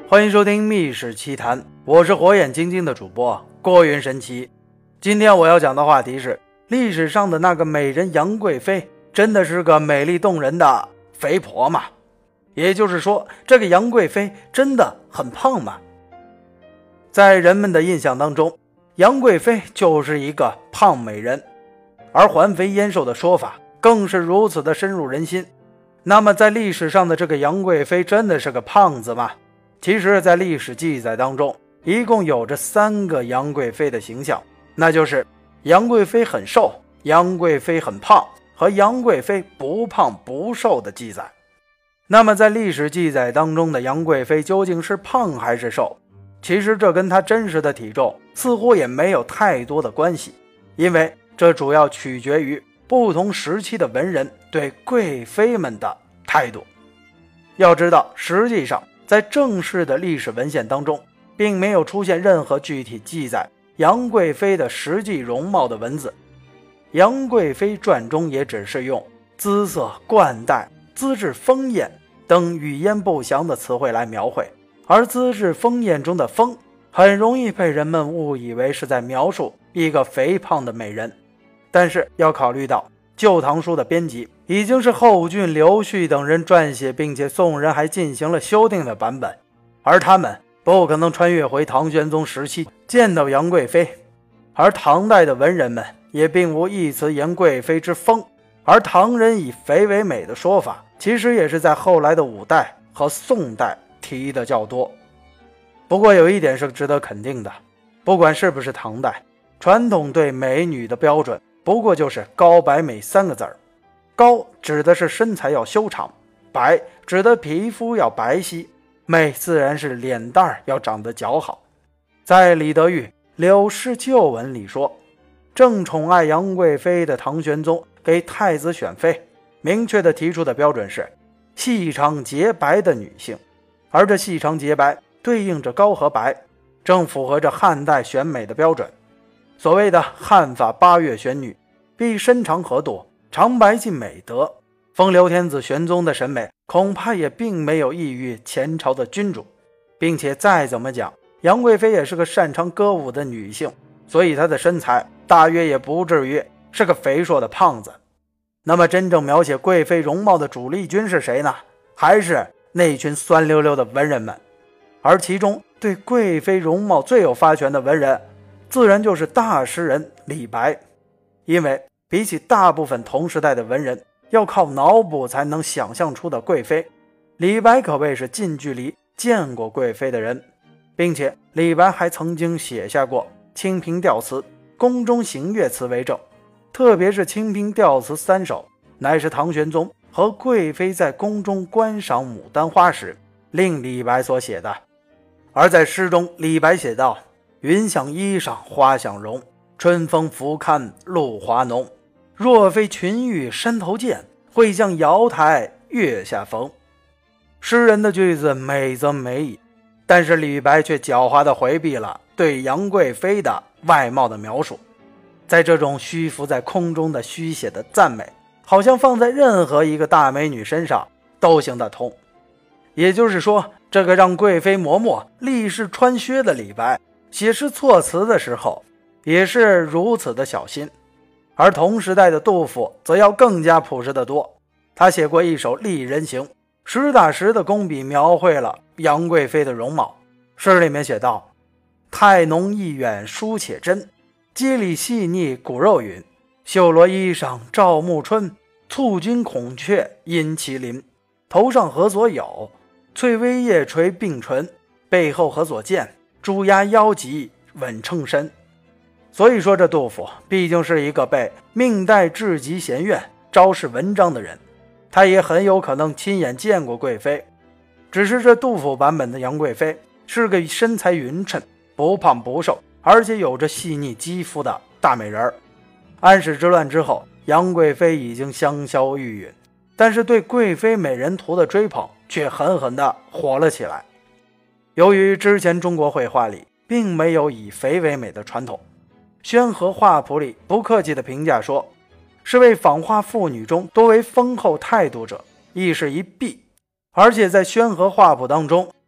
欢迎收听《密室奇谈》，我是火眼金睛的主播郭云神奇。今天我要讲的话题是，历史上的那个美人杨贵妃真的是个美丽动人的肥婆吗？也就是说，这个杨贵妃真的很胖吗？在人们的印象当中，杨贵妃就是一个胖美人，而环肥燕瘦的说法更是如此的深入人心。那么在历史上的这个杨贵妃真的是个胖子吗？其实在历史记载当中，一共有着3个杨贵妃的形象，那就是杨贵妃很瘦、杨贵妃很胖和杨贵妃不胖不瘦的记载。那么在历史记载当中的杨贵妃究竟是胖还是瘦？其实这跟她真实的体重似乎也没有太多的关系，因为这主要取决于不同时期的文人对贵妃们的态度。要知道，实际上在正式的历史文献当中，并没有出现任何具体记载杨贵妃的实际容貌的文字。杨贵妃传中也只是用姿色、冠带、资质丰艳等语焉不详的词汇来描绘，而资质丰艳中的丰很容易被人们误以为是在描述一个肥胖的美人。但是要考虑到《旧唐书》的编辑已经是后晋刘旭等人撰写，并且宋人还进行了修订的版本，而他们不可能穿越回唐玄宗时期见到杨贵妃。而唐代的文人们也并无一词言贵妃之丰，而唐人以肥为美的说法其实也是在后来的五代和宋代提的较多。不过有一点是值得肯定的，不管是不是唐代，传统对美女的标准不过就是高白美3个字儿。高指的是身材要修长，白指的皮肤要白皙，美自然是脸蛋儿要长得姣好。在李德裕《柳氏旧闻》里说，正宠爱杨贵妃的唐玄宗给太子选妃，明确地提出的标准是细长洁白的女性，而这细长洁白对应着高和白，正符合着汉代选美的标准。所谓的汉法8月选女，必身长合度，长白尽美德。风流天子玄宗的审美恐怕也并没有异于前朝的君主，并且再怎么讲，杨贵妃也是个擅长歌舞的女性，所以她的身材大约也不至于是个肥硕的胖子。那么真正描写贵妃容貌的主力军是谁呢？还是那群酸溜溜的文人们。而其中对贵妃容貌最有发权的文人，自然就是大诗人李白。因为比起大部分同时代的文人要靠脑补才能想象出的贵妃，李白可谓是近距离见过贵妃的人，并且李白还曾经写下过清平调词、宫中行乐词为证。特别是清平调词3首，乃是唐玄宗和贵妃在宫中观赏牡丹花时令李白所写的。而在诗中，李白写道：云想衣裳花想容，春风拂槛露华浓。若非群玉山头见，会将瑶台月下逢。诗人的句子美则美矣，但是李白却狡猾地回避了对杨贵妃的外貌的描述。在这种虚浮在空中的虚写的赞美，好像放在任何一个大美女身上都行得通。也就是说，这个让贵妃嬷嬷立誓穿靴的李白，写诗措辞的时候也是如此的小心。而同时代的杜甫则要更加朴实得多，他写过一首《丽人行》，实打实的工笔描绘了杨贵妃的容貌。诗里面写道：太浓意远书且真，肌理细腻骨肉匀，绣罗衣裳照暮春，簇军孔雀因麒麟。头上何所有？翠微叶垂并唇，背后何所见？朱鸦腰脊稳称身。所以说这杜甫毕竟是一个被命带至极贤院昭示文章的人，他也很有可能亲眼见过贵妃。只是这杜甫版本的杨贵妃是个身材匀称、不胖不瘦，而且有着细腻肌肤的大美人儿。安史之乱之后，杨贵妃已经香消玉殒，但是对贵妃美人图的追捧却狠狠地火了起来。由于之前中国绘画里并没有以肥为美的传统，宣和画谱里不客气地评价说，是为仿画妇女中多为丰厚态度者，亦是一弊。而且在宣和画谱当中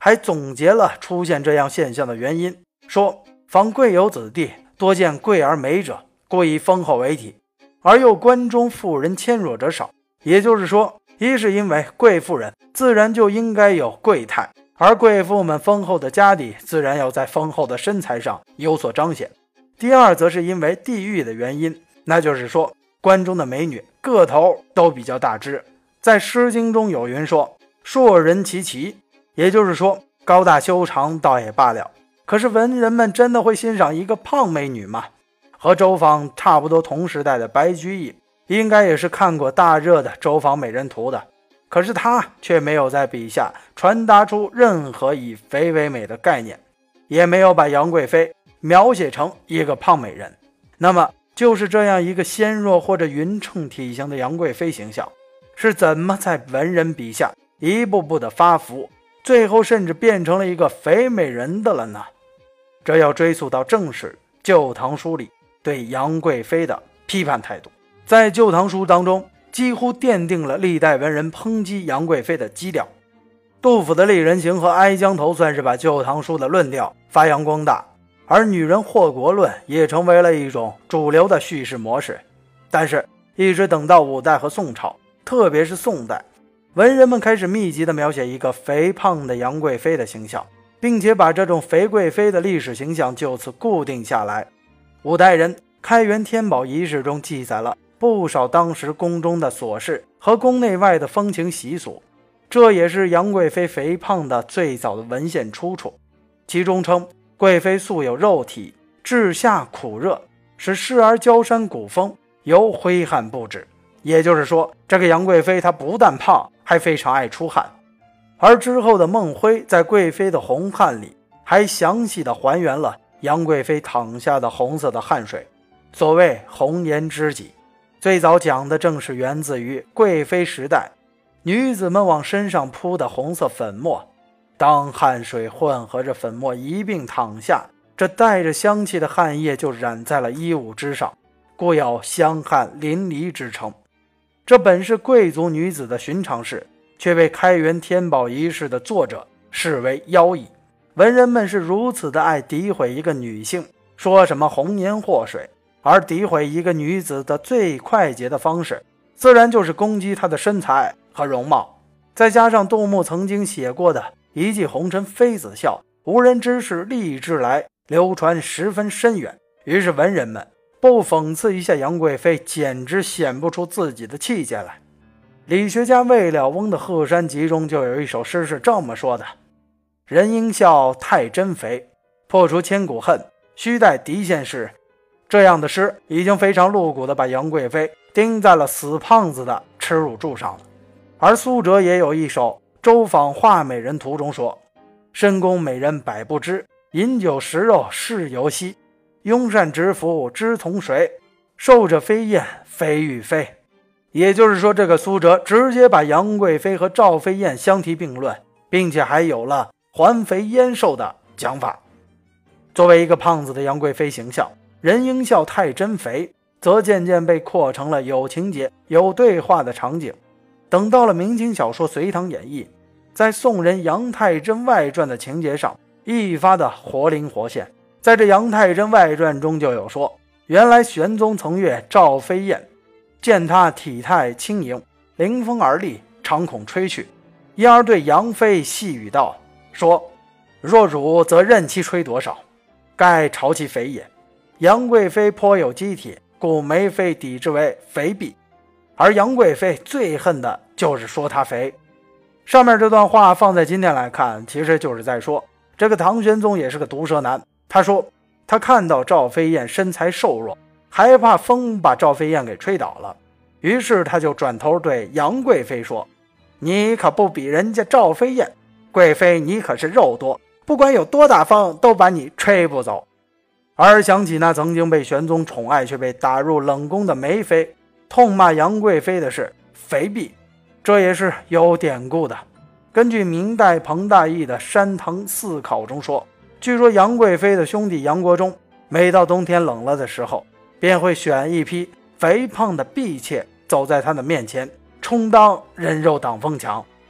还总结了出现这样现象的原因，说访贵有子弟，多见贵而美者，故以丰厚为体，而又关中妇人纤弱者少。也就是说，一是因为贵妇人自然就应该有贵态，而贵妇们丰厚的家底自然要在丰厚的身材上有所彰显。第二则是因为地域的原因，那就是说关中的美女个头都比较大只，在《诗经》中有云说硕人其奇，也就是说高大修长倒也罢了，可是文人们真的会欣赏一个胖美女吗？和周访差不多同时代的白居易应该也是看过大热的《周访美人图》的，可是他却没有在笔下传达出任何以肥为美的概念，也没有把杨贵妃描写成一个胖美人。那么就是这样一个纤弱或者匀称体型的杨贵妃形象，是怎么在文人笔下一步步的发福，最后甚至变成了一个肥美人的了呢？这要追溯到正史《旧唐书》里对杨贵妃的批判态度。在《旧唐书》当中，几乎奠定了历代文人抨击杨贵妃的基调。杜甫的《丽人行》和《哀江头》算是把《旧唐书》的论调发扬光大，而女人祸国论也成为了一种主流的叙事模式。但是一直等到五代和宋朝，特别是宋代，文人们开始密集地描写一个肥胖的杨贵妃的形象，并且把这种肥贵妃的历史形象就此固定下来。五代人开元天宝仪式中记载了不少当时宫中的琐事和宫内外的风情习俗，这也是杨贵妃肥胖的最早的文献出处。其中称贵妃素有肉体，至夏苦热，使侍儿焦山古风，犹挥汗不止。也就是说，这个杨贵妃她不但胖，还非常爱出汗。而之后的孟晖在贵妃的红汗里还详细的还原了杨贵妃淌下的红色的汗水，所谓红颜知己，最早讲的正是源自于贵妃时代女子们往身上扑的红色粉末，当汗水混合着粉末一并淌下，这带着香气的汗液就染在了衣物之上，故有香汗淋漓之称。这本是贵族女子的寻常事，却被开元天宝仪式的作者视为妖异。文人们是如此的爱诋毁一个女性，说什么红颜祸水，而诋毁一个女子的最快捷的方式，自然就是攻击她的身材和容貌。再加上杜牧曾经写过的一骑红尘妃子笑，无人知是荔枝来，流传十分深远。于是文人们不讽刺一下杨贵妃，简直显不出自己的气节来。理学家魏了翁的《鹤山集》中就有一首诗是这么说的：人应笑太真肥，破除千古恨，须待敌现世。这样的诗已经非常露骨地把杨贵妃钉在了死胖子的耻辱柱上了。而苏辙也有一首《周访画美人图》中说：深宫美人百不知，饮酒食肉是犹稀，庸善直服知从谁，受者飞燕非欲飞。也就是说，这个苏辙直接把杨贵妃和赵飞燕相提并论，并且还有了环肥燕瘦的讲法。作为一个胖子的杨贵妃形象，人应笑太真肥，则渐渐被扩成了有情节有对话的场景。等到了明清小说《隋唐演义》，在宋人杨太真外传的情节上一发的活灵活现。在这杨太真外传中就有说，原来玄宗曾阅赵飞燕，见她体态轻盈，临风而立，常恐吹去，因而对杨妃细语道，说若汝则任其吹多少，盖朝其肥也。杨贵妃颇有机体，故梅妃抵之为肥婢，而杨贵妃最恨的就是说她肥。上面这段话放在今天来看，其实就是在说这个唐玄宗也是个毒舌男。他说他看到赵飞燕身材瘦弱，害怕风把赵飞燕给吹倒了，于是他就转头对杨贵妃说，你可不比人家赵飞燕，贵妃你可是肉多，不管有多大风都把你吹不走。而想起那曾经被玄宗宠爱却被打入冷宫的梅妃，痛骂杨贵妃的是肥婢，这也是有典故的。根据明代彭大义的《山堂四考》中说，据说杨贵妃的兄弟杨国忠每到冬天冷了的时候，便会选一批肥胖的婢妾走在他的面前，充当人肉挡风墙。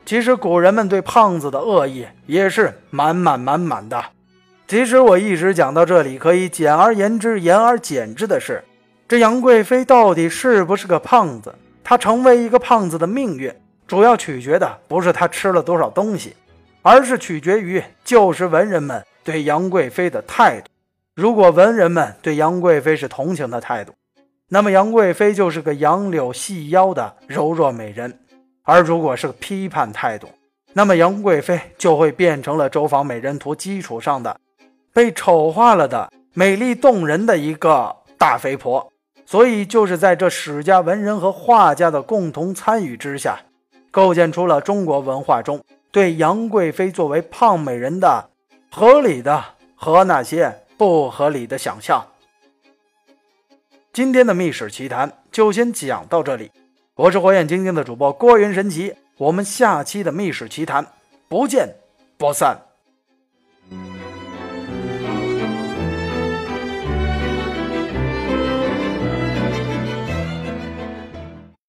其实古人们对胖子的恶意也是满满的。其实我一直讲到这里，可以简而言之，言而简之的是，这杨贵妃到底是不是个胖子？她成为一个胖子的命运，主要取决的不是她吃了多少东西，而是取决于旧时文人们对杨贵妃的态度。如果文人们对杨贵妃是同情的态度，那么杨贵妃就是个杨柳细腰的柔弱美人；而如果是个批判态度，那么杨贵妃就会变成了《周访美人图》基础上的被丑化了的美丽动人的一个大肥婆。所以就是在这史家文人和画家的共同参与之下，构建出了中国文化中对杨贵妃作为胖美人的合理的和那些不合理的想象。今天的密史奇谈就先讲到这里，我是火眼金睛的主播郭云神奇，我们下期的密史奇谈不见不散。